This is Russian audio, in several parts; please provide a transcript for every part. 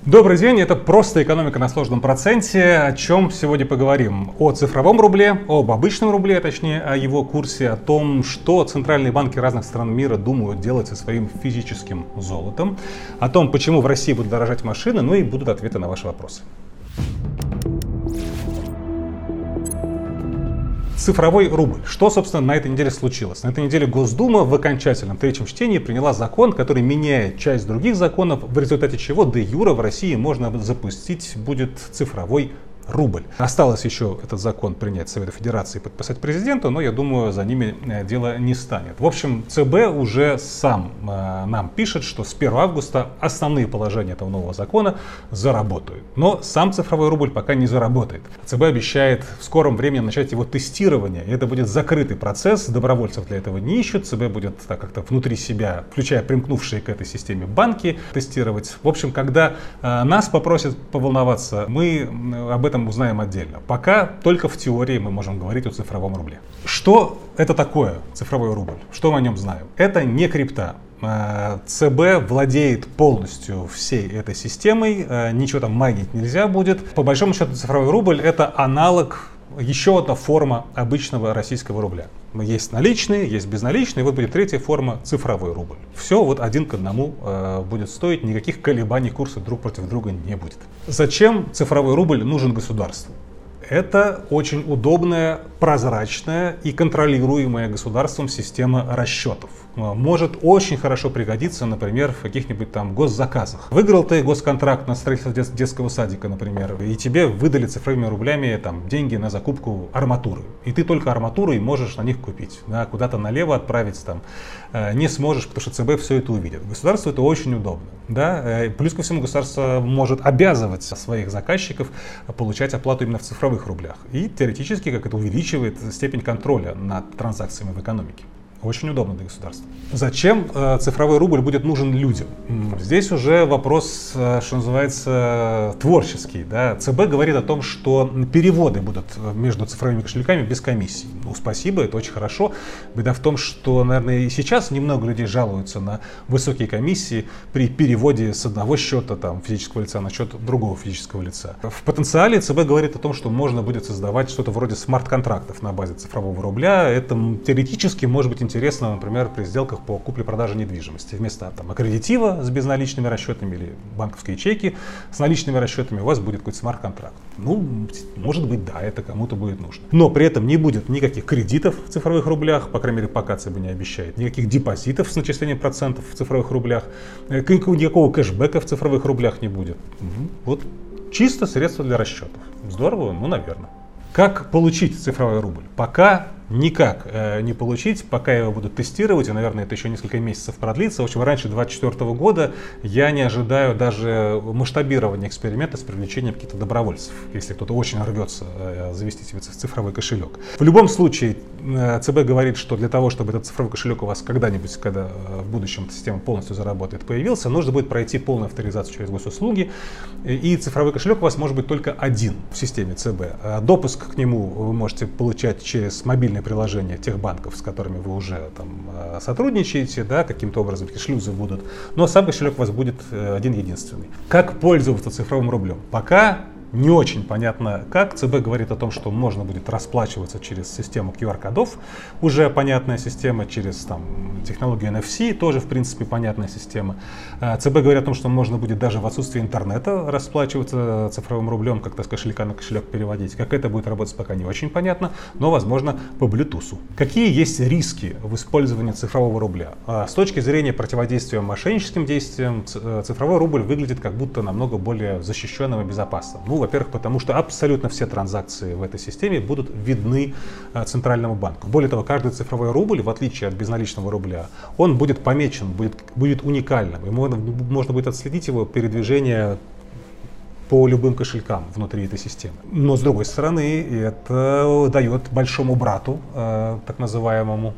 Добрый день, это «Просто экономика на сложном проценте». О чем сегодня поговорим? О цифровом рубле, об обычном рубле, точнее, о его курсе, о том, что центральные банки разных стран мира думают делать со своим физическим золотом, о том, почему в России будут дорожать машины, ну и будут ответы на ваши вопросы. Цифровой рубль. Что, собственно, на этой неделе случилось? На этой неделе Госдума в окончательном третьем чтении приняла закон, который меняет часть других законов, в результате чего де-юре в России можно запустить будет цифровой рубль. Осталось еще этот закон принять Совету Федерации и подписать президенту, но я думаю, за ними дело не станет. В общем, ЦБ уже сам нам пишет, что с 1 августа основные положения этого нового закона заработают. Но сам цифровой рубль пока не заработает. ЦБ обещает в скором времени начать его тестирование. И это будет закрытый процесс, добровольцев для этого не ищут. ЦБ будет так как-то внутри себя, включая примкнувшие к этой системе банки, тестировать. В общем, когда нас попросят поволноваться, мы об этом узнаем отдельно. Пока только в теории мы можем говорить о цифровом рубле. Что это такое цифровой рубль? Что мы о нем знаем? Это не крипта. ЦБ владеет полностью всей этой системой, ничего там майнить нельзя будет. По большому счету цифровой рубль это аналог, еще одна форма обычного российского рубля. Есть наличные, есть безналичные, вот будет третья форма цифровой рубль. Все вот один к одному будет стоить, никаких колебаний курса друг против друга не будет. Зачем цифровой рубль нужен государству? Это очень удобная, прозрачная и контролируемая государством система расчетов. Может очень хорошо пригодиться, например, в каких-нибудь там госзаказах. Выиграл ты госконтракт на строительство детского садика, например, и тебе выдали цифровыми рублями там деньги на закупку арматуры. И ты только арматурой можешь на них купить. Да, куда-то налево отправить там не сможешь, потому что ЦБ все это увидит. Государству это очень удобно. Да? Плюс ко всему государство может обязывать своих заказчиков получать оплату именно в цифровых рублях. И теоретически, как это увеличивает степень контроля над транзакциями в экономике. Очень удобно для государства. Зачем цифровой рубль будет нужен людям? Здесь уже вопрос, что называется, творческий. Да? ЦБ говорит о том, что переводы будут между цифровыми кошельками без комиссий. Ну, спасибо, это очень хорошо. Беда в том, что, наверное, и сейчас немного людей жалуются на высокие комиссии при переводе с одного счета там, физического лица на счет другого физического лица. В потенциале ЦБ говорит о том, что можно будет создавать что-то вроде смарт-контрактов на базе цифрового рубля. Это теоретически может быть интересно, например, при сделках по купле-продаже недвижимости. Вместо там, аккредитива с безналичными расчетами или банковской ячейки с наличными расчетами у вас будет какой-то смарт-контракт. Ну, может быть, да, это кому-то будет нужно. Но при этом не будет никаких кредитов в цифровых рублях, по крайней мере, пока ЦБ не обещает, никаких депозитов с начислением процентов в цифровых рублях, никакого кэшбэка в цифровых рублях не будет. Вот чисто средства для расчетов. Здорово? Ну, наверное. Как получить цифровой рубль? Пока никак не получить, пока его будут тестировать, и, наверное, это еще несколько месяцев продлится. В общем, раньше 2024 года я не ожидаю даже масштабирования эксперимента с привлечением каких-то добровольцев, если кто-то очень рвется завести себе цифровой кошелек. В любом случае, ЦБ говорит, что для того, чтобы этот цифровой кошелек у вас когда-нибудь, когда в будущем эта система полностью заработает, появился, нужно будет пройти полную авторизацию через госуслуги, и цифровой кошелек у вас может быть только один в системе ЦБ. Допуск к нему вы можете получать через мобильный приложения тех банков, с которыми вы уже там сотрудничаете, да, каким-то образом эти шлюзы будут, но сам кошелек у вас будет один-единственный. Как пользоваться цифровым рублем? Пока не очень понятно как. ЦБ говорит о том, что можно будет расплачиваться через систему QR-кодов, уже понятная система, через там, технологию NFC, тоже в принципе понятная система. ЦБ говорит о том, что можно будет даже в отсутствии интернета расплачиваться цифровым рублем, как-то с кошелька на кошелек переводить. Как это будет работать, пока не очень понятно, но возможно по Bluetooth. Какие есть риски в использовании цифрового рубля? С точки зрения противодействия мошенническим действиям, цифровой рубль выглядит как будто намного более защищенным и безопасным. Ну, во-первых, потому что абсолютно все транзакции в этой системе будут видны Центральному банку. Более того, каждый цифровой рубль, в отличие от безналичного рубля, он будет помечен, будет уникальным. И можно будет отследить его передвижение по любым кошелькам внутри этой системы. Но с другой стороны, это дает большому брату, так называемому,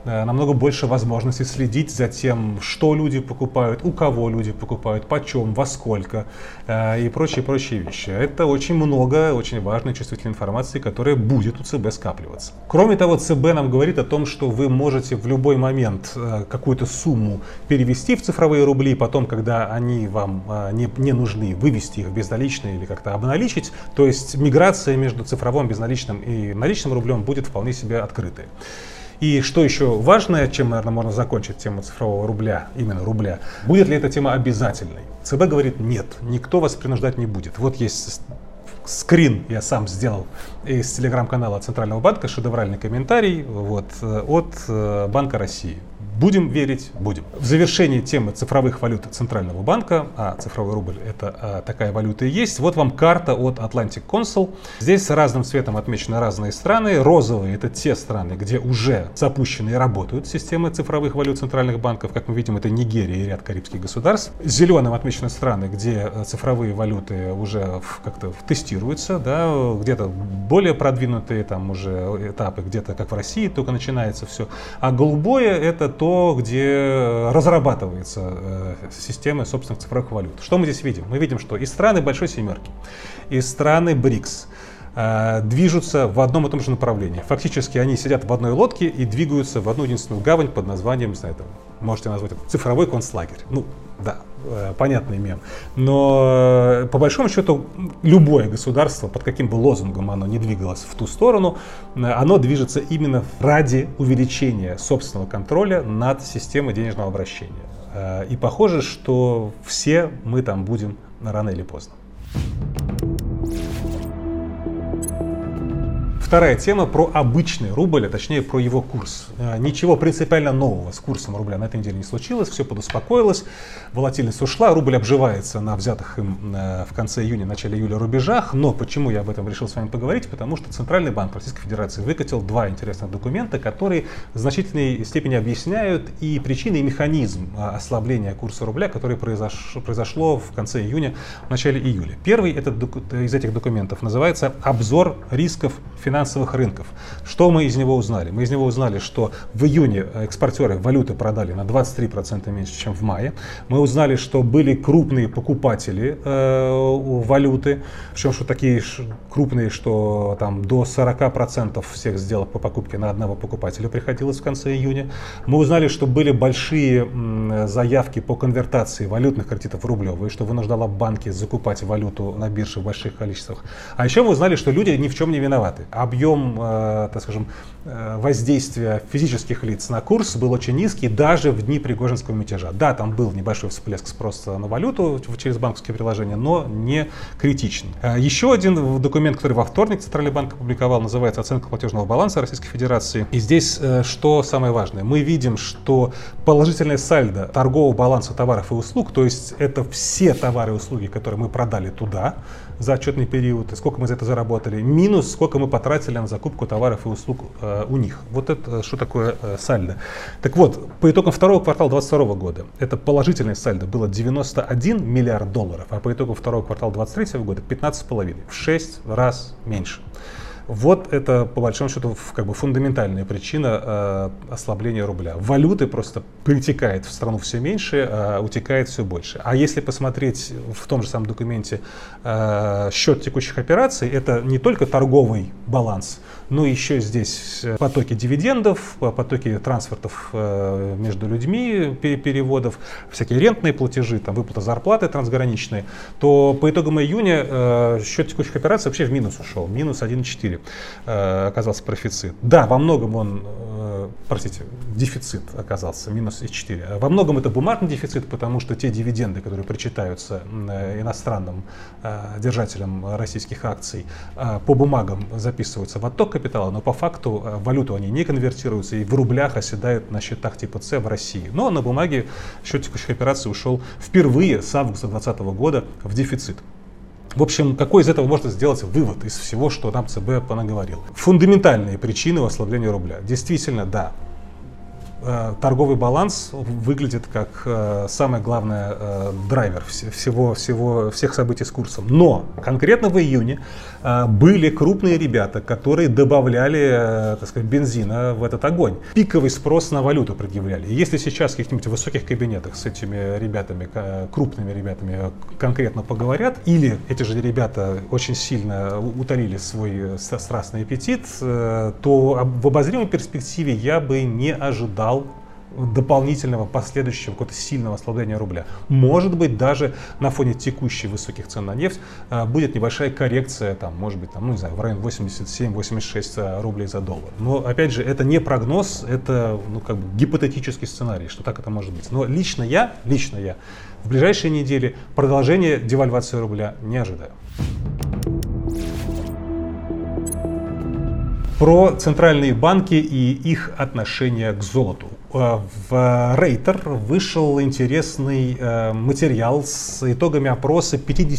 намного больше возможностей следить за тем, что люди покупают, у кого люди покупают, почем, во сколько и прочие вещи. Это очень много, очень важной чувствительной информации, которая будет у ЦБ скапливаться. Кроме того, ЦБ нам говорит о том, что вы можете в любой момент какую-то сумму перевести в цифровые рубли, потом, когда они вам не нужны, вывести их в безналичные или как-то обналичить. То есть миграция между цифровым безналичным и наличным рублем будет вполне себе открытой. И что еще важное, чем, наверное, можно закончить тему цифрового рубля, именно рубля, будет ли эта тема обязательной? ЦБ говорит, нет, никто вас принуждать не будет. Вот есть скрин, я сам сделал из телеграм-канала Центрального банка, шедевральный комментарий от Банка России. Будем верить, будем. В завершении темы цифровых валют Центрального банка, а цифровой рубль это такая валюта и есть, вот вам карта от Atlantic Council. Здесь разным цветом отмечены разные страны. Розовые это те страны, где уже запущены и работают системы цифровых валют центральных банков. Как мы видим, это Нигерия и ряд карибских государств. Зеленым отмечены страны, где цифровые валюты уже как-то тестируются, да, где-то более продвинутые там уже этапы, где-то как в России только начинается все. А голубое это то, где разрабатывается система собственных цифровых валют. Что мы здесь видим? Мы видим, что и страны Большой Семерки, и страны БРИКС движутся в одном и том же направлении. Фактически они сидят в одной лодке и двигаются в одну единственную гавань под названием, не знаю, можете назвать это цифровой концлагерь. Ну, да, понятный мем. Но по большому счету любое государство, под каким бы лозунгом оно ни двигалось в ту сторону, оно движется именно ради увеличения собственного контроля над системой денежного обращения. И похоже, что все мы там будем рано или поздно. Вторая тема про обычный рубль, а точнее про его курс. Ничего принципиально нового с курсом рубля на этой неделе не случилось, все подуспокоилось, волатильность ушла, рубль обживается на взятых им в конце июня, начале июля рубежах. Но почему я об этом решил с вами поговорить? Потому что Центральный банк Российской Федерации выкатил два интересных документа, которые в значительной степени объясняют и причины, и механизм ослабления курса рубля, которое произошло в конце июня, в начале июля. Первый из этих документов называется «Обзор рисков финансовых рынков». Что мы из него узнали? Мы из него узнали, что в июне экспортеры валюты продали на 23% меньше, чем в мае. Мы узнали, что были крупные покупатели валюты, причем что такие крупные, что там до 40% всех сделок по покупке на одного покупателя приходилось в конце июня. Мы узнали, что были большие заявки по конвертации валютных кредитов в рублевые, что вынуждало банки закупать валюту на бирже в больших количествах. А еще мы узнали, что люди ни в чем не виноваты. Объем, так скажем, воздействия физических лиц на курс был очень низкий даже в дни Пригожинского мятежа. Да, там был небольшой всплеск спроса на валюту через банковские приложения, но не критичный. Еще один документ, который во вторник Центральный банк опубликовал, называется «Оценка платежного баланса Российской Федерации». И здесь что самое важное? Мы видим, что положительное сальдо торгового баланса товаров и услуг, то есть это все товары и услуги, которые мы продали туда за отчетный период, и сколько мы за это заработали, минус сколько мы потратили на закупку товаров и услуг у них. Вот это что такое сальдо. Так вот, по итогам второго квартала 2022 года это положительное сальдо было 91 миллиард долларов, а по итогам второго квартала 2023 года 15,5, в 6 раз меньше. Вот это, по большому счету, как бы фундаментальная причина ослабления рубля. Валюты просто притекает в страну все меньше, утекает все больше. А если посмотреть в том же самом документе счет текущих операций, это не только торговый баланс, но еще здесь потоки дивидендов, потоки трансфертов между людьми, переводов, всякие рентные платежи, там, выплата зарплаты трансграничные, то по итогам июня счет текущих операций вообще в минус ушел, минус 1,4 оказался профицит. Да, во многом он, дефицит оказался, минус 4. Во многом это бумажный дефицит, потому что те дивиденды, которые причитаются иностранным держателям российских акций, по бумагам записываются в отток капитала, но по факту валюту они не конвертируются и в рублях оседают на счетах типа С в России. Но на бумаге счет текущих операций ушел впервые с августа 2020 года в дефицит. В общем, какой из этого можно сделать вывод из всего, что нам ЦБ понаговорил? Фундаментальные причины ослабления рубля. Действительно, да, торговый баланс выглядит как самый главный драйвер всех событий с курсом. Но конкретно в июне были крупные ребята, которые добавляли, так сказать, бензина в этот огонь. Пиковый спрос на валюту предъявляли. И если сейчас в каких-нибудь высоких кабинетах с этими ребятами, крупными ребятами конкретно поговорят, или эти же ребята очень сильно утолили свой страстный аппетит, то в обозримой перспективе я бы не ожидал дополнительного последующего какого-то сильного ослабления рубля. Может быть, даже на фоне текущих высоких цен на нефть будет небольшая коррекция, там, может быть, там, ну, не знаю, в районе 87-86 рублей за доллар. Но, опять же, это не прогноз, это, ну, как бы гипотетический сценарий, что так это может быть. Но лично я в ближайшие недели продолжения девальвации рубля не ожидаю. Про центральные банки и их отношение к золоту. В Рейтер вышел интересный материал с итогами опроса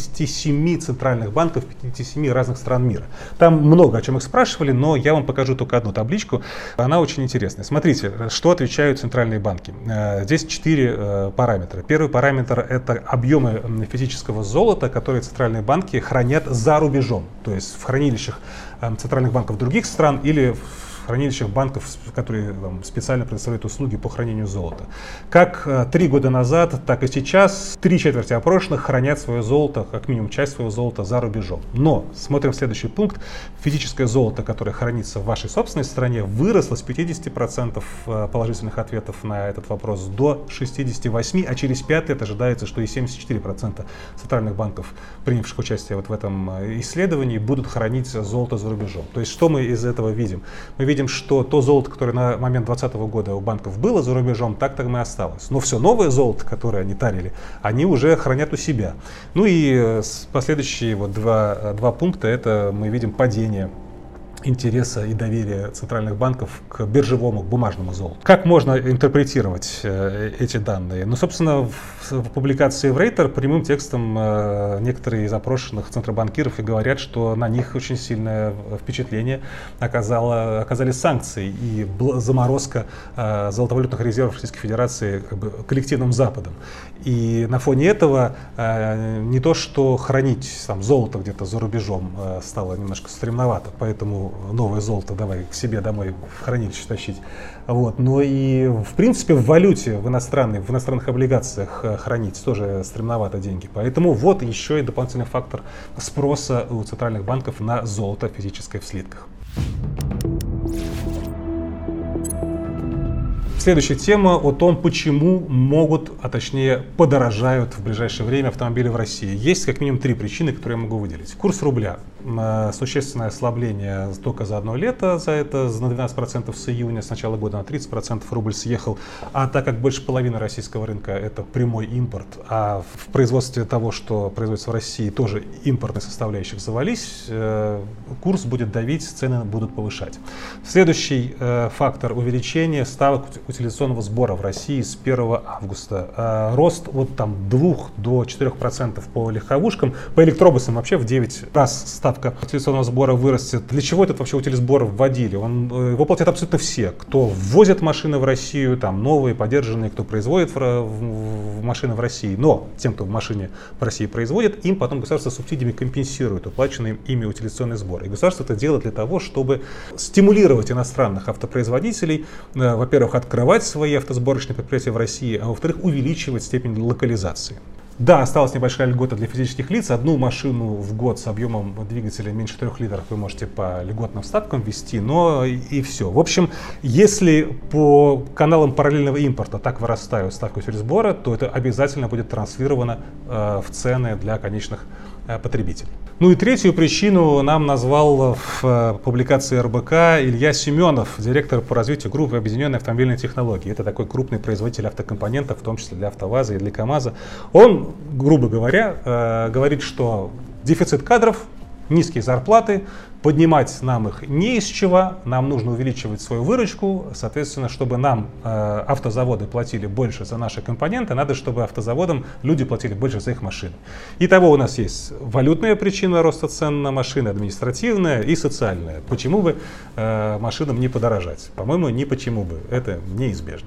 57 центральных банков 57 разных стран мира. Там много о чем их спрашивали, но я вам покажу только одну табличку. Она очень интересная. Смотрите, что отвечают центральные банки. Здесь 4 параметра. Первый параметр — это объемы физического золота, которые центральные банки хранят за рубежом, то есть в хранилищах центральных банков других стран или в хранилищах банков, которые специально предоставляют услуги по хранению золота. Как 3 года назад, так и сейчас 3/4 опрошенных хранят свое золото, как минимум часть своего золота, за рубежом. Но смотрим следующий пункт. Физическое золото, которое хранится в вашей собственной стране, выросло с 50% положительных ответов на этот вопрос до 68%, а через 5 лет ожидается, что и 74% центральных банков, принявших участие вот в этом исследовании, будут хранить золото за рубежом. То есть что мы из этого видим? Мы видим, что то золото, которое на момент 2020 года у банков было за рубежом, так и осталось. Но все новое золото, которое они тарили, они уже хранят у себя. Ну и последующие вот два пункта — это мы видим падение интереса и доверия центральных банков к биржевому, к бумажному золоту. Как можно интерпретировать эти данные? Ну, собственно, в публикации в Рейтер прямым текстом некоторые из опрошенных центробанкиров и говорят, что на них очень сильное впечатление оказали санкции и заморозка золотовалютных резервов Российской Федерации как бы коллективным Западом. И на фоне этого не то, что хранить там золото где-то за рубежом стало немножко стремновато, поэтому новое золото давай к себе домой в хранилище тащить. Вот. Но и в принципе в валюте, в иностранных облигациях хранить тоже стремновато деньги. Поэтому вот еще и дополнительный фактор спроса у центральных банков на золото физическое в слитках. Следующая тема о том, почему могут, а точнее подорожают в ближайшее время автомобили в России. Есть как минимум 3 причины, которые я могу выделить. Курс рубля. Существенное ослабление только за одно лето, за это на 12% с июня, с начала года на 30% рубль съехал. А так как больше половины российского рынка это прямой импорт, а в производстве того, что производится в России, тоже импортные составляющих завались, курс будет давить, цены будут повышать. Следующий фактор — увеличение ставок утилизационного сбора в России с 1 августа. Рост от 2 до 4% по легковушкам, по электробусам вообще в 9 раз ставка утилизационного сбора вырастет. Для чего этот вообще утилизбор вводили? Его платят абсолютно все, кто ввозит машины в Россию, там новые, подержанные, кто производит машины в России. Но тем, кто в машине в России производит, им потом государство субсидиями компенсирует уплаченный ими утилизационный сбор. И государство это делает для того, чтобы стимулировать иностранных автопроизводителей, во-первых, открывать свои автосборочные предприятия в России, а во-вторых, увеличивать степень локализации. Да, осталась небольшая льгота для физических лиц. Одну машину в год с объемом двигателя меньше 3 литров вы можете по льготным ставкам ввести, но и все. В общем, если по каналам параллельного импорта так вырастают ставки утилизбора, то это обязательно будет транслировано в цены для конечных потребителей. Ну и третью причину нам назвал в публикации РБК Илья Семенов, директор по развитию группы Объединенной автомобильной технологии. Это такой крупный производитель автокомпонентов, в том числе для АвтоВАЗа и для КАМАЗа. Он, грубо говоря, говорит, что дефицит кадров низкие зарплаты, поднимать нам их не из чего, нам нужно увеличивать свою выручку, соответственно, чтобы нам автозаводы платили больше за наши компоненты, надо, чтобы автозаводам люди платили больше за их машины. Итого у нас есть валютная причина роста цен на машины, административная и социальная. Почему бы машинам не подорожать? По-моему, ни почему бы, это неизбежно.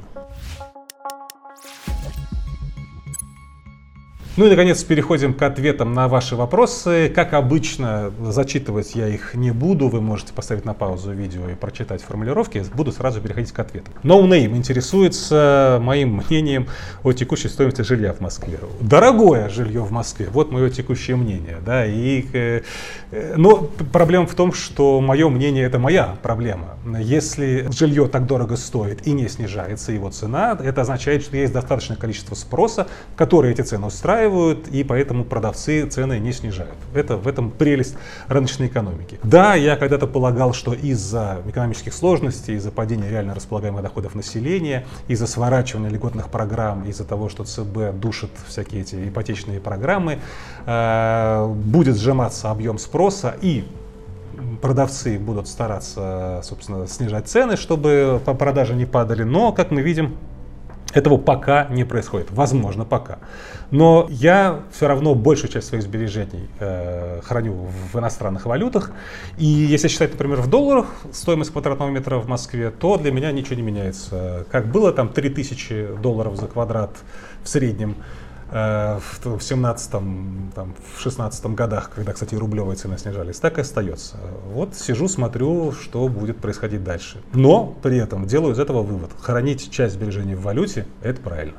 Ну и, наконец, переходим к ответам на ваши вопросы. Как обычно, зачитывать я их не буду. Вы можете поставить на паузу видео и прочитать формулировки. Буду сразу переходить к ответам. NoName интересуется моим мнением о текущей стоимости жилья в Москве. Дорогое жилье в Москве. Вот мое текущее мнение. Да? Но проблема в том, что мое мнение — это моя проблема. Если жилье так дорого стоит и не снижается его цена, это означает, что есть достаточное количество спроса, который эти цены устраивает, и поэтому продавцы цены не снижают. В этом прелесть рыночной экономики. Да, я когда-то полагал, что из-за экономических сложностей, из-за падения реально располагаемых доходов населения, из-за сворачивания льготных программ, из-за того, что ЦБ душит всякие эти ипотечные программы, будет сжиматься объем спроса, и продавцы будут стараться, собственно, снижать цены, чтобы продажи не падали. Но, как мы видим, этого пока не происходит. Возможно, пока. Но я все равно большую часть своих сбережений храню в иностранных валютах. И если считать, например, в долларах стоимость квадратного метра в Москве, то для меня ничего не меняется. Как было там $3000 за квадрат в среднем в 17-м, в 16-м годах, когда, кстати, рублевые цены снижались, так и остается. Вот сижу, смотрю, что будет происходить дальше. Но при этом делаю из этого вывод. Хранить часть сбережений в валюте – это правильно.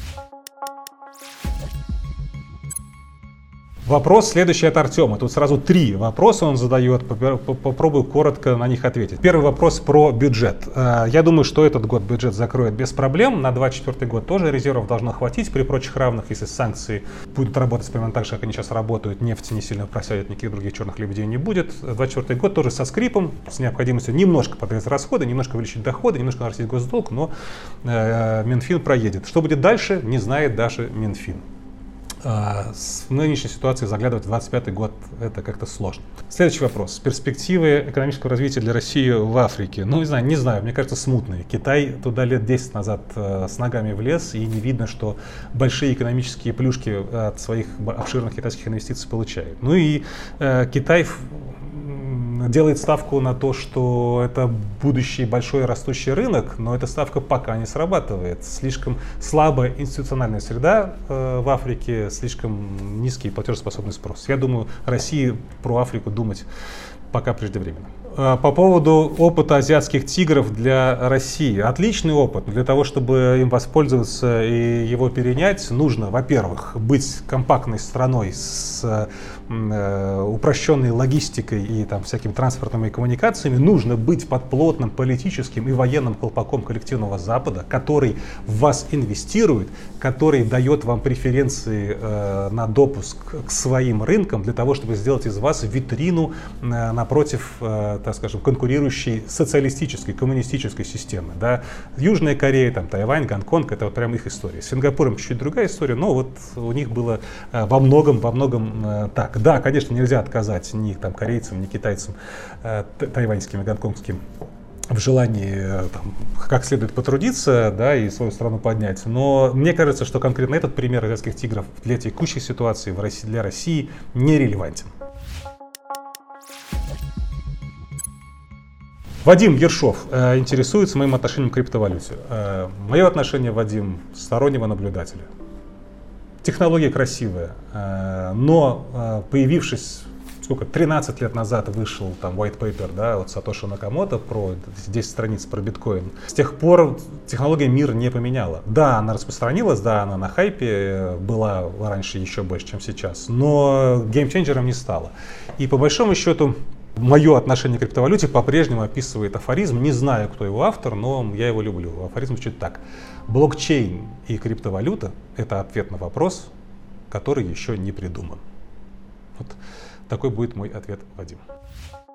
Вопрос следующий от Артема. Тут сразу 3 вопроса он задает. Попробую коротко на них ответить. Первый вопрос про бюджет. Я думаю, что этот год бюджет закроет без проблем. На 2024 год тоже резервов должно хватить. При прочих равных, если санкции будут работать примерно так же, как они сейчас работают, нефть не сильно просядет, никаких других черных лебедей не будет. 2024 год тоже со скрипом, с необходимостью немножко подрезать расходы, немножко увеличить доходы, немножко нарастить госдолг, но Минфин проедет. Что будет дальше, не знает даже Минфин. В нынешней ситуации заглядывать в 2025 год это как-то сложно. Следующий вопрос. Перспективы экономического развития для России в Африке. Ну, не знаю, мне кажется, смутные. Китай туда лет 10 назад с ногами влез, и не видно, что большие экономические плюшки от своих обширных китайских инвестиций получает. Ну и Китай делает ставку на то, что это будущий большой растущий рынок, но эта ставка пока не срабатывает. Слишком слабая институциональная среда в Африке, слишком низкий платежеспособный спрос. Я думаю, России про Африку думать пока преждевременно. По поводу опыта азиатских тигров для России. Отличный опыт. Для того, чтобы им воспользоваться и его перенять, нужно, во-первых, быть компактной страной с упрощенной логистикой и там всякими транспортными коммуникациями. Нужно быть под плотным политическим и военным колпаком коллективного Запада, который в вас инвестирует, который дает вам преференции на допуск к своим рынкам для того, чтобы сделать из вас витрину напротив, так скажем, конкурирующей социалистической, коммунистической системы. Да. Южная Корея, там, Тайвань, Гонконг — это вот прям их история. С Сингапуром чуть-чуть другая история, но вот у них было во многом так. Да, конечно, нельзя отказать ни там, корейцам, ни китайцам, тайваньским и гонконгским в желании там, как следует потрудиться, да, и свою страну поднять. Но мне кажется, что конкретно этот пример азиатских тигров для текущей ситуации для России нерелевантен. Вадим Ершов интересуется моим отношением к криптовалюте. Мое отношение, Вадим, стороннего наблюдателя. Технология красивая, но появившись, 13 лет назад вышел там white paper, да, от Сатоши Накамото про 10 страниц про биткоин. С тех пор технология мир не поменяла. Да, она распространилась, да, она на хайпе была раньше еще больше, чем сейчас, но геймченджером не стала. И по большому счету, мое отношение к криптовалюте по-прежнему описывает афоризм. Не знаю, кто его автор, но я его люблю. Афоризм звучит так. Блокчейн и криптовалюта — это ответ на вопрос, который еще не придуман. Вот такой будет мой ответ, Вадим.